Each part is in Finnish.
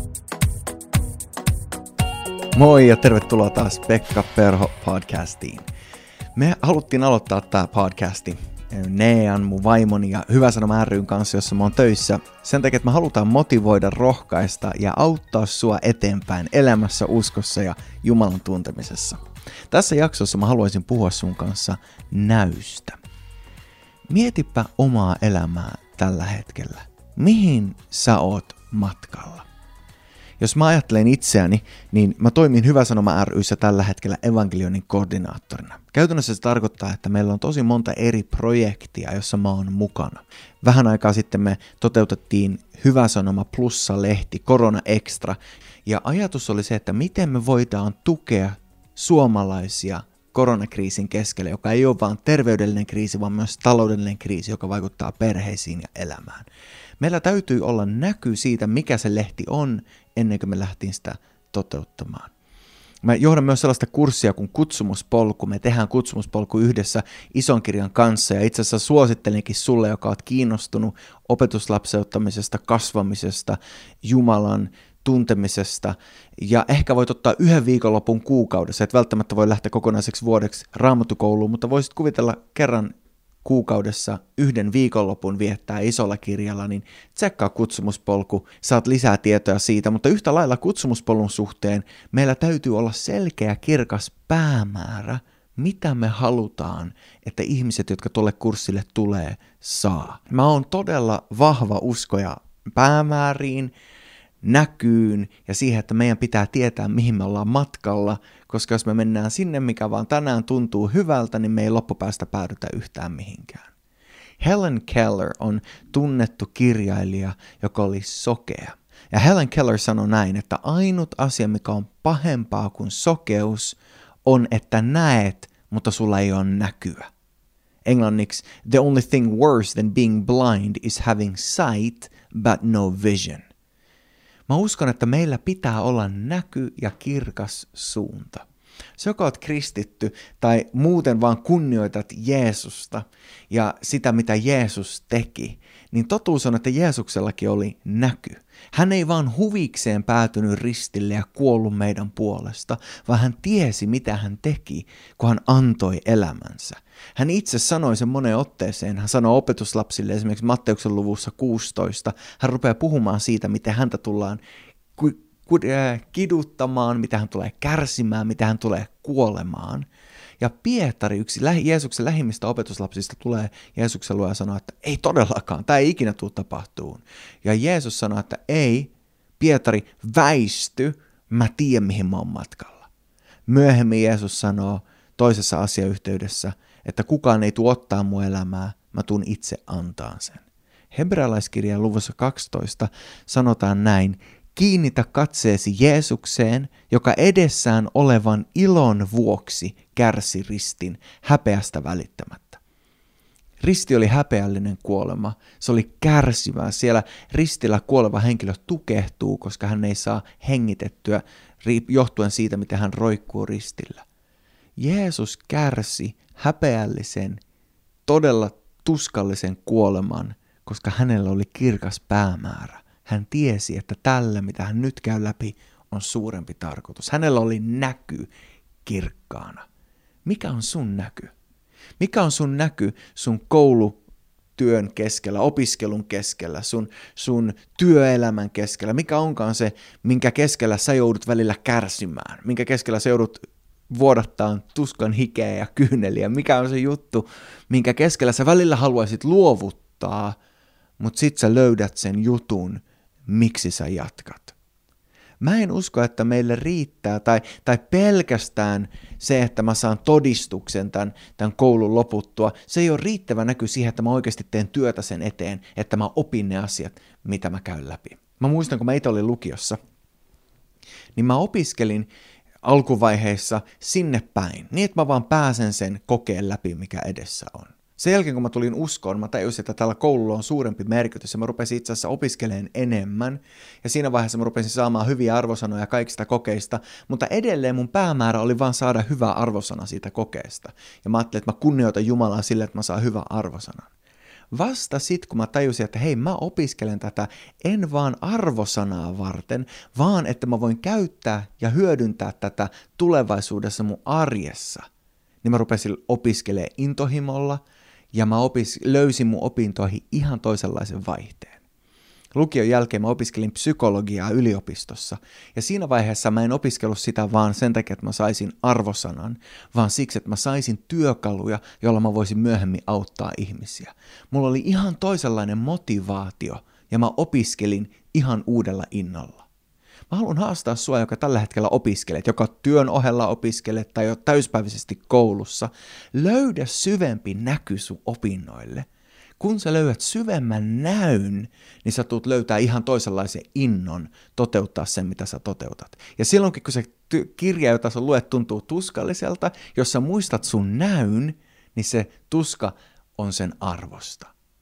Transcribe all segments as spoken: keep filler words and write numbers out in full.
Moi ja tervetuloa taas Pekka Perho podcastiin. Me haluttiin aloittaa tää podcasti Nean, mun vaimoni ja Hyvä Sanoma ry:n kanssa, jossa mä oon töissä. Sen takia, että me halutaan motivoida, rohkaista ja auttaa sua eteenpäin elämässä, uskossa ja Jumalan tuntemisessa. Tässä jaksossa mä haluaisin puhua sun kanssa näystä. Mietipä omaa elämää tällä hetkellä. Mihin sä oot matkalla? Jos mä ajattelen itseäni, niin mä toimin Hyvä Sanoma ry:ssä tällä hetkellä evankelioinnin koordinaattorina. Käytännössä se tarkoittaa, että meillä on tosi monta eri projektia, jossa mä oon mukana. Vähän aikaa sitten me toteutettiin Hyvä Sanoma Plussa-lehti, Korona Extra, ja ajatus oli se, että miten me voidaan tukea suomalaisia koronakriisin keskellä, joka ei ole vain terveydellinen kriisi, vaan myös taloudellinen kriisi, joka vaikuttaa perheisiin ja elämään. Meillä täytyy olla näky siitä, mikä se lehti on, ennen kuin me lähtiin sitä toteuttamaan. Mä johdan myös sellaista kurssia kuin Kutsumuspolku. Me tehdään Kutsumuspolku yhdessä ison kirjan kanssa, ja itse asiassa suosittelinkin sulle, joka oot kiinnostunut opetuslapseuttamisesta, kasvamisesta, Jumalan tuntemisesta, ja ehkä voit ottaa yhden viikonlopun kuukaudessa, et välttämättä voi lähteä kokonaiseksi vuodeksi Raamattukouluun, mutta voisit kuvitella kerran kuukaudessa yhden viikonlopun viettää isolla kirjalla, niin tsekkaa Kutsumuspolku, saat lisää tietoja siitä, mutta yhtä lailla Kutsumuspolun suhteen meillä täytyy olla selkeä, kirkas päämäärä, mitä me halutaan, että ihmiset, jotka tuolle kurssille tulee, saa. Mä oon todella vahva uskoja päämääriin, näkyyn ja siihen, että meidän pitää tietää, mihin me ollaan matkalla, koska jos me mennään sinne, mikä vaan tänään tuntuu hyvältä, niin me ei loppupäästä päädytä yhtään mihinkään. Helen Keller on tunnettu kirjailija, joka oli sokea. Ja Helen Keller sanoi näin, että ainut asia, mikä on pahempaa kuin sokeus, on, että näet, mutta sulla ei ole näkyä. Englanniksi, the only thing worse than being blind is having sight, but no vision. Mä uskon, että meillä pitää olla näky ja kirkas suunta. Se, joka oot kristitty tai muuten vaan kunnioitat Jeesusta ja sitä, mitä Jeesus teki, niin totuus on, että Jeesuksellakin oli näky. Hän ei vaan huvikseen päätynyt ristille ja kuollut meidän puolesta, vaan hän tiesi, mitä hän teki, kun hän antoi elämänsä. Hän itse sanoi sen moneen otteeseen. Hän sanoi opetuslapsille esimerkiksi Matteuksen luvussa kuusitoista. Hän rupeaa puhumaan siitä, miten häntä tullaan kiduttamaan, mitä hän tulee kärsimään, mitä hän tulee kuolemaan. Ja Pietari, yksi Jeesuksen lähimmistä opetuslapsista, tulee Jeesuksen luo ja sanoo, että ei todellakaan, tämä ei ikinä tule tapahtumaan. Ja Jeesus sanoo, että ei, Pietari, väisty, mä tiedän mihin mä oon matkalla. Myöhemmin Jeesus sanoo toisessa asiayhteydessä, että kukaan ei tule ottaa mun elämää, mä tuun itse antaa sen. Hebrealaiskirjan luvussa kaksitoista sanotaan näin, kiinnitä katseesi Jeesukseen, joka edessään olevan ilon vuoksi kärsi ristin häpeästä välittämättä. Risti oli häpeällinen kuolema, se oli kärsivää. Siellä ristillä kuoleva henkilö tukehtuu, koska hän ei saa hengitettyä johtuen siitä, miten hän roikkuu ristillä. Jeesus kärsi häpeällisen, todella tuskallisen kuoleman, koska hänellä oli kirkas päämäärä. Hän tiesi, että tällä, mitä hän nyt käy läpi, on suurempi tarkoitus. Hänellä oli näky kirkkaana. Mikä on sun näky? Mikä on sun näky sun koulutyön keskellä, opiskelun keskellä, sun, sun työelämän keskellä? Mikä onkaan se, minkä keskellä sä joudut välillä kärsimään? Minkä keskellä sä joudut vuodattaan tuskan hikeä ja kyyneliä? Mikä on se juttu, minkä keskellä sä välillä haluaisit luovuttaa, mutta sit sä löydät sen jutun, miksi sä jatkat. Mä en usko, että meille riittää tai, tai pelkästään se, että mä saan todistuksen tämän, tämän koulun loputtua. Se ei ole riittävä näky siihen, että mä oikeasti teen työtä sen eteen, että mä opin ne asiat, mitä mä käyn läpi. Mä muistan, kun mä itse olin lukiossa, niin mä opiskelin alkuvaiheessa sinne päin, niin että mä vaan pääsen sen kokeen läpi, mikä edessä on. Sen jälkeen, kun mä tulin uskoon, mä tajusin, että tällä koululla on suurempi merkitys ja mä rupesin itse asiassa opiskelemaan enemmän. Ja siinä vaiheessa mä rupesin saamaan hyviä arvosanoja kaikista kokeista, mutta edelleen mun päämäärä oli vaan saada hyvä arvosana siitä kokeesta. Ja mä ajattelin, että mä kunnioitan Jumalaa sille, että mä saan hyvän arvosanan. Vasta sit, kun mä tajusin, että hei, mä opiskelen tätä en vaan arvosanaa varten, vaan että mä voin käyttää ja hyödyntää tätä tulevaisuudessa mun arjessa, niin mä rupesin opiskelemaan intohimolla ja mä opis- löysin mun opintoihin ihan toisenlaisen vaihteen. Lukion jälkeen mä opiskelin psykologiaa yliopistossa, ja siinä vaiheessa mä en opiskellut sitä vaan sen takia, että mä saisin arvosanan, vaan siksi, että mä saisin työkaluja, joilla mä voisin myöhemmin auttaa ihmisiä. Mulla oli ihan toisenlainen motivaatio, ja mä opiskelin ihan uudella innolla. Mä haluan haastaa sua, joka tällä hetkellä opiskelet, joka työn ohella opiskelet tai jo täyspäiväisesti koulussa. Löydä syvempi näky sun opinnoille. Kun sä löydät syvemmän näyn, niin sä tulet löytää ihan toisenlaisen innon toteuttaa sen, mitä sä toteutat. Ja silloinkin, kun se ty- kirja, jota sä luet, tuntuu tuskalliselta, jos sä muistat sun näyn, niin se tuska on sen arvosta.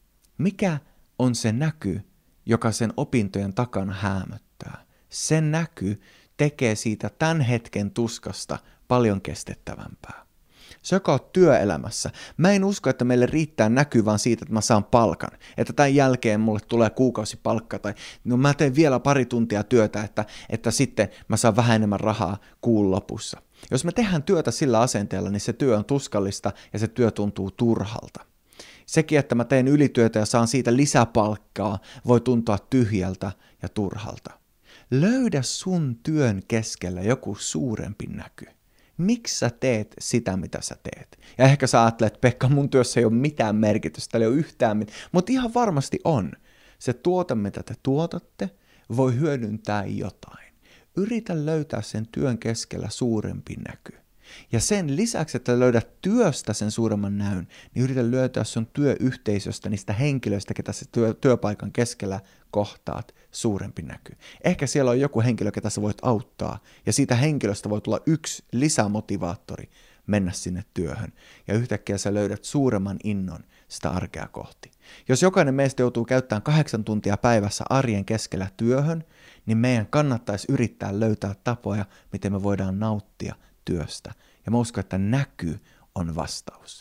Mikä on se näky, joka sen opintojen takana häämöttää? Se näky tekee siitä tämän hetken tuskasta paljon kestettävämpää. Se, joka on työelämässä. Mä en usko, että meille riittää näky vaan siitä, että mä saan palkan. Että tämän jälkeen mulle tulee kuukausipalkka tai no mä teen vielä pari tuntia työtä, että, että sitten mä saan vähän enemmän rahaa kuun lopussa. Jos me tehdään työtä sillä asenteella, niin se työ on tuskallista ja se työ tuntuu turhalta. Sekin, että mä teen ylityötä ja saan siitä lisäpalkkaa, voi tuntua tyhjältä ja turhalta. Löydä sun työn keskellä joku suurempi näky. Miksi sä teet sitä, mitä sä teet? Ja ehkä sä ajattelet, että Pekka, mun työssä ei ole mitään merkitystä, ei ole yhtään mitään, mutta ihan varmasti on. Se tuote, mitä te tuotatte, voi hyödyntää jotain. Yritä löytää sen työn keskellä suurempi näky. Ja sen lisäksi, että löydät työstä sen suuremman näyn, niin yritä löytää sun työyhteisöstä, niistä henkilöistä, ketä se työ, työpaikan keskellä kohtaat, suurempi näky. Ehkä siellä on joku henkilö, ketä sä voit auttaa, ja siitä henkilöstä voi tulla yksi lisämotivaattori mennä sinne työhön. Ja yhtäkkiä sä löydät suuremman innon sitä arkea kohti. Jos jokainen meistä joutuu käyttämään kahdeksan tuntia päivässä arjen keskellä työhön, niin meidän kannattaisi yrittää löytää tapoja, miten me voidaan nauttia työstä. Ja mä uskon, että näky on vastaus.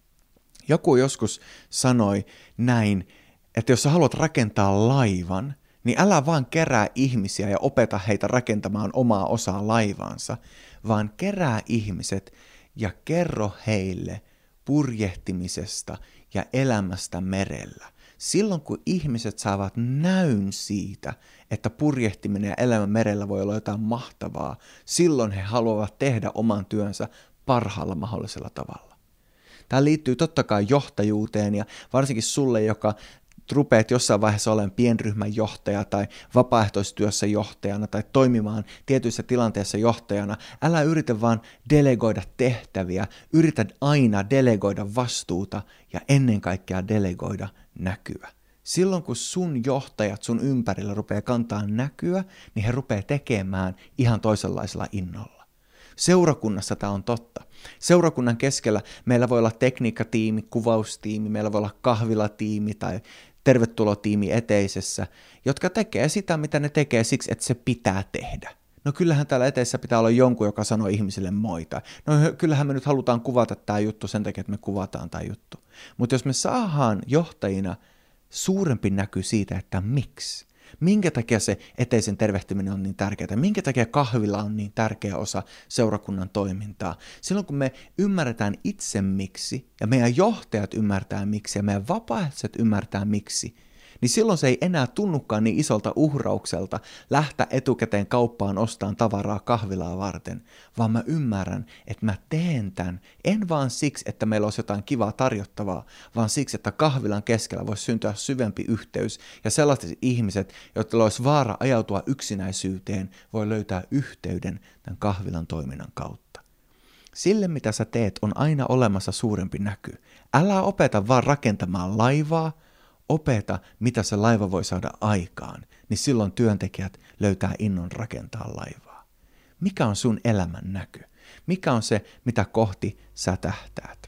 Joku joskus sanoi näin, että jos sä haluat rakentaa laivan, niin älä vaan kerää ihmisiä ja opeta heitä rakentamaan omaa osaa laivaansa, vaan kerää ihmiset ja kerro heille purjehtimisesta ja elämästä merellä. Silloin kun ihmiset saavat näyn siitä, että purjehtiminen ja elämä merellä voi olla jotain mahtavaa, silloin he haluavat tehdä oman työnsä parhaalla mahdollisella tavalla. Tämä liittyy totta kai johtajuuteen ja varsinkin sulle, joka rupeat jossain vaiheessa olemaan pienryhmän johtaja tai vapaaehtoistyössä johtajana tai toimimaan tietyissä tilanteissa johtajana. Älä yritä vaan delegoida tehtäviä, yritä aina delegoida vastuuta ja ennen kaikkea delegoida näkyä. Silloin kun sun johtajat sun ympärillä rupeaa kantaa näkyä, niin he rupeaa tekemään ihan toisenlaisella innolla. Seurakunnassa tämä on totta. Seurakunnan keskellä meillä voi olla tekniikkatiimi, kuvaustiimi, meillä voi olla kahvilatiimi tai tervetulotiimi eteisessä, jotka tekee sitä, mitä ne tekee siksi, että se pitää tehdä. No kyllähän täällä eteisessä pitää olla jonkun, joka sanoo ihmisille moita. No kyllähän me nyt halutaan kuvata tämä juttu sen takia, että me kuvataan tämä juttu. Mutta jos me saadaan johtajina suurempi näky siitä, että miksi, minkä takia se eteisen tervehtiminen on niin tärkeää, minkä takia kahvila on niin tärkeä osa seurakunnan toimintaa. Silloin kun me ymmärretään itse miksi, ja meidän johtajat ymmärtää miksi, ja meidän vapaaehtoiset ymmärtää miksi, niin silloin se ei enää tunnukaan niin isolta uhraukselta lähteä etukäteen kauppaan ostamaan tavaraa kahvilaa varten, vaan mä ymmärrän, että mä teen tämän en vaan siksi, että meillä olisi jotain kivaa tarjottavaa, vaan siksi, että kahvilan keskellä voisi syntyä syvempi yhteys ja sellaiset ihmiset, joilla olisi vaara ajautua yksinäisyyteen, voi löytää yhteyden tämän kahvilan toiminnan kautta. Sille, mitä sä teet, on aina olemassa suurempi näky. Älä opeta vaan rakentamaan laivaa, opeta, mitä se laiva voi saada aikaan, niin silloin työntekijät löytää innon rakentaa laivaa. Mikä on sun elämän näky? Mikä on se, mitä kohti sä tähtäät?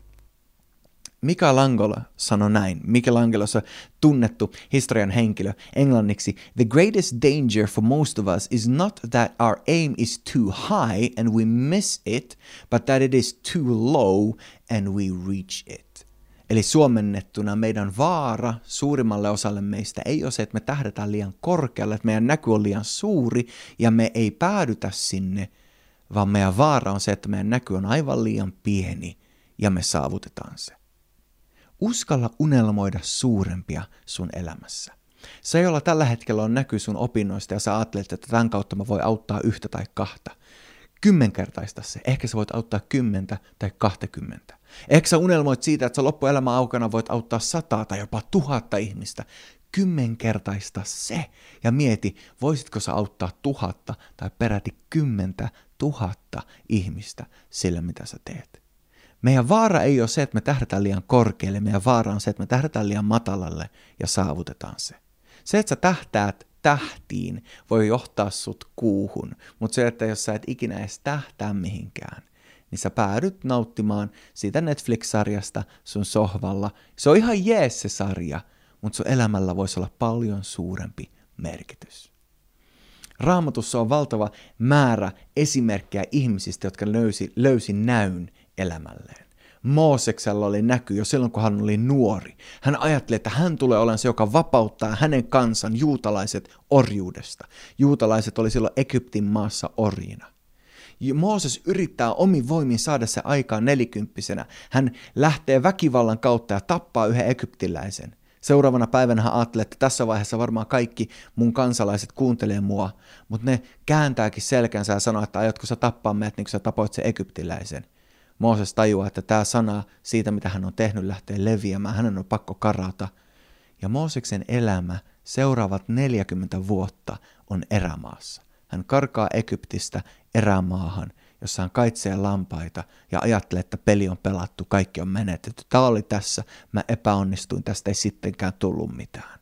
Michelangelo sanoi näin. Michelangelo on tunnettu historian henkilö. Englanniksi, the greatest danger for most of us is not that our aim is too high and we miss it, but that it is too low and we reach it. Eli suomennettuna meidän vaara suurimmalle osalle meistä ei ole se, että me tähdätään liian korkealle, että meidän näky on liian suuri ja me ei päädytä sinne, vaan meidän vaara on se, että meidän näky on aivan liian pieni ja me saavutetaan se. Uskalla unelmoida suurempia sun elämässä. Se, jolla tällä hetkellä on näky sun opinnoista ja sä ajattelet, että tämän kautta mä voin auttaa yhtä tai kahta. Kymmenkertaista se. Ehkä sä voit auttaa kymmentä tai kahtakymmentä. Ehkä sä unelmoit siitä, että sä loppuelämän aukana voit auttaa sataa tai jopa tuhatta ihmistä. Kymmenkertaista se. Ja mieti, voisitko sä auttaa tuhatta tai peräti kymmentä tuhatta ihmistä sillä, mitä sä teet. Meidän vaara ei ole se, että me tähdätään liian korkealle. Meidän vaara on se, että me tähdätään liian matalalle ja saavutetaan se. Se, että sä tähtäät tähtiin, voi johtaa sut kuuhun, mutta se, että jos sä et ikinä edes tähtää mihinkään, niin sä päädyt nauttimaan siitä Netflix-sarjasta sun sohvalla. Se on ihan jees se sarja, mutta sun elämällä voisi olla paljon suurempi merkitys. Raamatussa on valtava määrä esimerkkejä ihmisistä, jotka löysi, löysi näyn elämälleen. Mooseksella oli näky jo silloin, kun hän oli nuori. Hän ajatteli, että hän tulee olemaan se, joka vapauttaa hänen kansan, juutalaiset, orjuudesta. Juutalaiset oli silloin Egyptin maassa orjina. Mooses yrittää omin voimin saada se aikaan nelikymppisenä. Hän lähtee väkivallan kautta ja tappaa yhden egyptiläisen. Seuraavana päivänä hän ajattelee, että tässä vaiheessa varmaan kaikki mun kansalaiset kuuntelee mua, mutta ne kääntääkin selkänsä ja sanoo, että aiotko sä tappaa meidät niin kuin sä tapoit sen egyptiläisen. Mooses tajuaa, että tämä sana siitä, mitä hän on tehnyt, lähtee leviämään. Hänen on pakko karata. Ja Mooseksen elämä seuraavat neljäkymmentä vuotta on erämaassa. Hän karkaa Egyptistä erämaahan, jossa hän kaitsee lampaita ja ajattelee, että peli on pelattu, kaikki on menetetty. Tämä oli tässä, mä epäonnistuin, tästä ei sittenkään tullut mitään.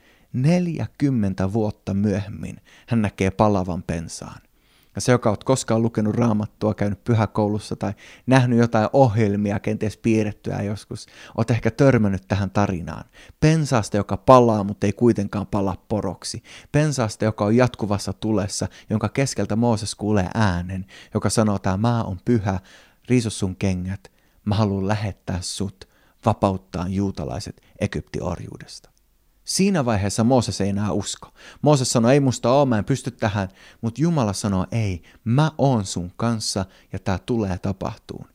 neljäkymmentä vuotta myöhemmin hän näkee palavan pensaan. Ja se, joka olet koskaan lukenut raamattua, käynyt pyhäkoulussa tai nähnyt jotain ohjelmia, kenties piirrettyä joskus, olet ehkä törmännyt tähän tarinaan. Pensaasta, joka palaa, mutta ei kuitenkaan pala poroksi. Pensaasta, joka on jatkuvassa tulessa, jonka keskeltä Mooses kuulee äänen, joka sanoo, että mä oon pyhä, riisu sun kengät, mä haluan lähettää sut vapauttaa juutalaiset Egyptin orjuudesta. Siinä vaiheessa Mooses ei enää usko. Mooses sanoi, ei musta ole, mä en pysty tähän, mutta Jumala sanoo, ei, mä oon sun kanssa ja tää tulee tapahtuun.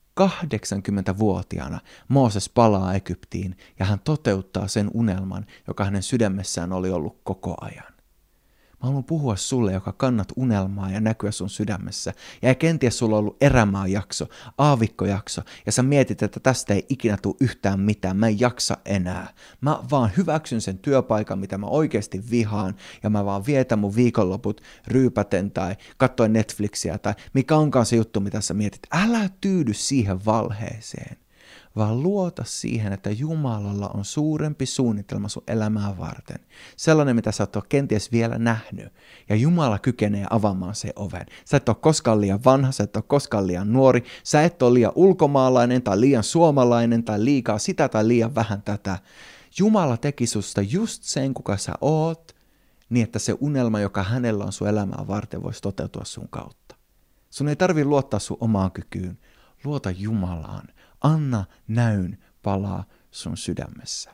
kahdeksankymmentävuotiaana Mooses palaa Egyptiin ja hän toteuttaa sen unelman, joka hänen sydämessään oli ollut koko ajan. Mä haluan puhua sulle, joka kannat unelmaa ja näkyä sun sydämessä. Ja kenties sulla on ollut erämaajakso, aavikkojakso, ja sä mietit, että tästä ei ikinä tule yhtään mitään, mä en jaksa enää. Mä vaan hyväksyn sen työpaikan, mitä mä oikeasti vihaan, ja mä vaan vietän mun viikonloput ryypäten tai katsoen Netflixiä tai mikä onkaan se juttu, mitä sä mietit. Älä tyydy siihen valheeseen, vaan luota siihen, että Jumalalla on suurempi suunnitelma sun elämää varten. Sellainen, mitä sä et ole kenties vielä nähnyt. Ja Jumala kykenee avaamaan sen oven. Sä et ole koskaan liian vanha, sä et ole koskaan liian nuori, sä et ole liian ulkomaalainen tai liian suomalainen tai liikaa sitä tai liian vähän tätä. Jumala teki susta just sen, kuka sä oot, niin että se unelma, joka hänellä on sun elämää varten, voisi toteutua sun kautta. Sun ei tarvitse luottaa sun omaan kykyyn. Luota Jumalaan. Anna näyn palaa sun sydämessä.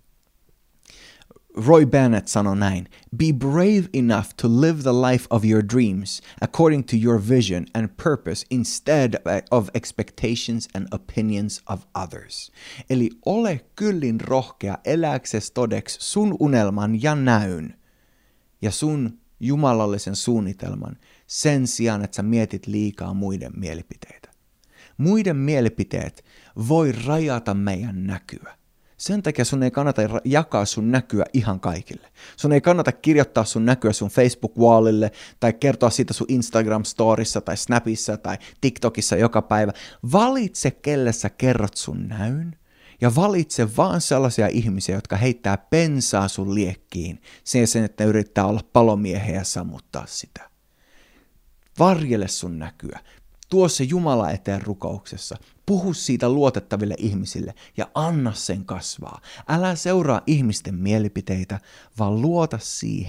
Roy Bennett sanoi näin, be brave enough to live the life of your dreams according to your vision and purpose instead of expectations and opinions of others. Eli ole kyllin rohkea elääksesi todeksi sun unelman ja näyn ja sun jumalallisen suunnitelman sen sijaan, että sä mietit liikaa muiden mielipiteitä. Muiden mielipiteet voi rajata meidän näkyä. Sen takia sun ei kannata jakaa sun näkyä ihan kaikille. Sun ei kannata kirjoittaa sun näkyä sun Facebook-wallille tai kertoa siitä sun Instagram-storissa tai Snapissa tai TikTokissa joka päivä. Valitse, kelle sä kerrot sun näyn ja valitse vaan sellaisia ihmisiä, jotka heittää pensaa sun liekkiin sen, että ne yrittää olla palomiehiä ja sammuttaa sitä. Varjele sun näkyä. Tuo se Jumala eteen rukouksessa. Puhu siitä luotettaville ihmisille ja anna sen kasvaa. Älä seuraa ihmisten mielipiteitä, vaan luota siihen,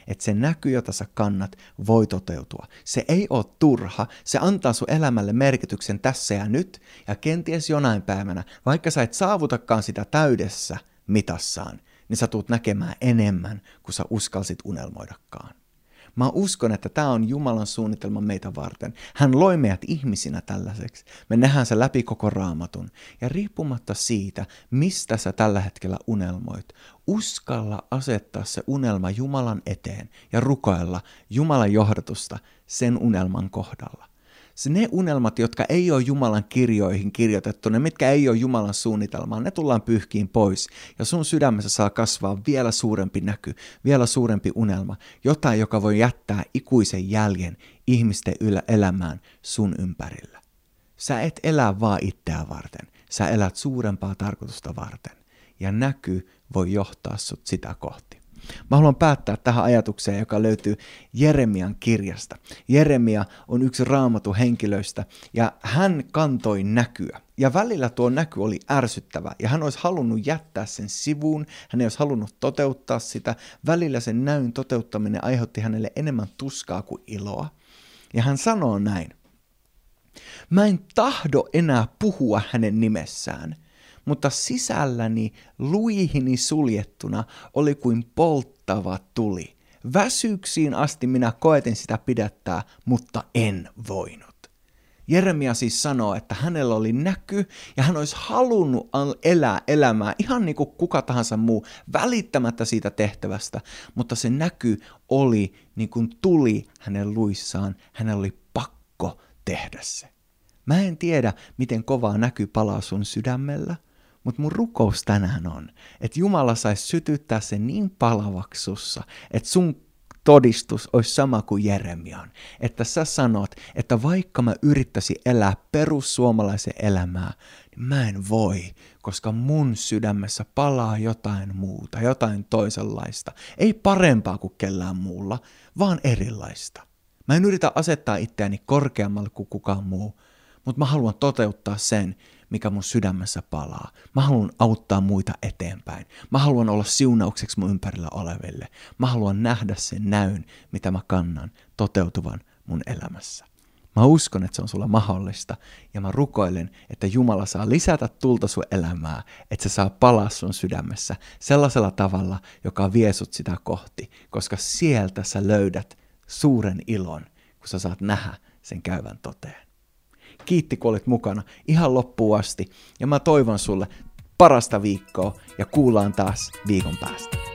että se näky, jota sä kannat, voi toteutua. Se ei ole turha, se antaa sun elämälle merkityksen tässä ja nyt, ja kenties jonain päivänä, vaikka sä et saavutakaan sitä täydessä mitassaan, niin sä tuut näkemään enemmän, kuin sä uskalsit unelmoidakaan. Mä uskon, että tämä on Jumalan suunnitelma meitä varten. Hän loi meidät ihmisinä tällaiseksi. Me nähdään se läpi koko Raamatun. Ja riippumatta siitä, mistä sä tällä hetkellä unelmoit, uskalla asettaa se unelma Jumalan eteen ja rukoilla Jumalan johdatusta sen unelman kohdalla. Se ne unelmat, jotka ei ole Jumalan kirjoihin kirjoitettu, ne mitkä ei ole Jumalan suunnitelmaan, ne tullaan pyyhkiin pois. Ja sun sydämessä saa kasvaa vielä suurempi näky, vielä suurempi unelma, jotain, joka voi jättää ikuisen jäljen ihmisten elämään sun ympärillä. Sä et elä vaan itseä varten, sä elät suurempaa tarkoitusta varten. Ja näky voi johtaa sut sitä kohti. Mä haluan päättää tähän ajatukseen, joka löytyy Jeremian kirjasta. Jeremia on yksi Raamatun henkilöistä ja hän kantoi näkyä. Ja välillä tuo näky oli ärsyttävä ja hän olisi halunnut jättää sen sivuun, hän ei olisi halunnut toteuttaa sitä. Välillä sen näyn toteuttaminen aiheutti hänelle enemmän tuskaa kuin iloa. Ja hän sanoo näin: mä en tahdo enää puhua hänen nimessään. Mutta sisälläni luihini suljettuna oli kuin polttava tuli. Väsyksiin asti minä koetin sitä pidättää, mutta en voinut. Jeremia siis sanoo, että hänellä oli näky ja hän olisi halunnut elää elämää ihan niin kuin kuka tahansa muu, välittämättä siitä tehtävästä, mutta se näky oli niin kuin tuli hänen luissaan, hänellä oli pakko tehdä se. Mä en tiedä, miten kovaa näky palaa sun sydämellä, mutta mun rukous tänään on, että Jumala saisi sytyttää sen niin palavaksi sussa, että sun todistus olisi sama kuin Jeremian. Että sä sanot, että vaikka mä yrittäisin elää perussuomalaisen elämää, niin mä en voi, koska mun sydämessä palaa jotain muuta, jotain toisenlaista. Ei parempaa kuin kellään muulla, vaan erilaista. Mä en yritä asettaa itseäni korkeammalle kuin kukaan muu, mutta mä haluan toteuttaa sen, mikä mun sydämessä palaa. Mä haluan auttaa muita eteenpäin. Mä haluan olla siunaukseksi mun ympärillä oleville. Mä haluan nähdä sen näyn, mitä mä kannan, toteutuvan mun elämässä. Mä uskon, että se on sulla mahdollista, ja mä rukoilen, että Jumala saa lisätä tulta sun elämää, että se saa palaa sun sydämessä sellaisella tavalla, joka vie sut sitä kohti, koska sieltä sä löydät suuren ilon, kun sä saat nähdä sen käyvän toteen. Kiitti, kun olit mukana ihan loppuun asti, ja mä toivon sulle parasta viikkoa, ja kuullaan taas viikon päästä.